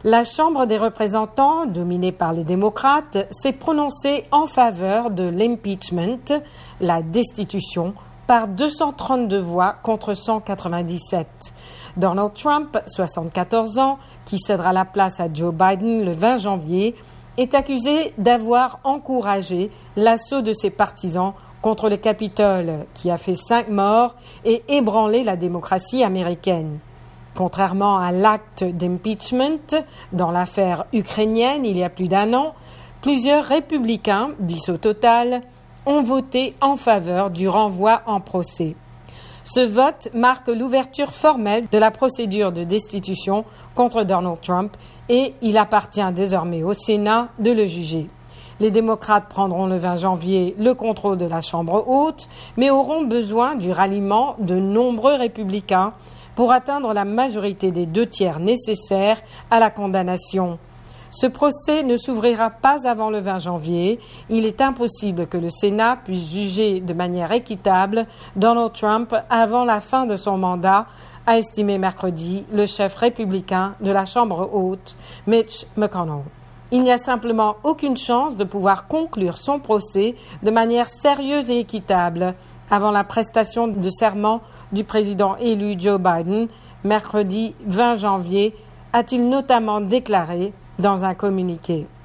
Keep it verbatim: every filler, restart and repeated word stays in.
La Chambre des représentants, dominée par les démocrates, s'est prononcée en faveur de l'impeachment, la destitution, par deux cent trente-deux voix contre cent quatre-vingt-dix-sept. Donald Trump, soixante-quatorze ans, qui cédera la place à Joe Biden le vingt janvier, est accusé d'avoir encouragé l'assaut de ses partisans contre le Capitole, qui a fait cinq morts et ébranlé la démocratie américaine. Contrairement à l'acte d'impeachment dans l'affaire ukrainienne il y a plus d'un an, plusieurs républicains, dix au total, ont voté en faveur du renvoi en procès. Ce vote marque l'ouverture formelle de la procédure de destitution contre Donald Trump et il appartient désormais au Sénat de le juger. Les démocrates prendront le vingt janvier le contrôle de la Chambre haute, mais auront besoin du ralliement de nombreux républicains pour atteindre la majorité des deux tiers nécessaires à la condamnation. Ce procès ne s'ouvrira pas avant le vingt janvier. Il est impossible que le Sénat puisse juger de manière équitable Donald Trump avant la fin de son mandat, a estimé mercredi le chef républicain de la Chambre haute, Mitch McConnell. Il n'y a simplement aucune chance de pouvoir conclure son procès de manière sérieuse et équitable avant la prestation de serment du président élu Joe Biden, mercredi vingt janvier, a-t-il notamment déclaré dans un communiqué.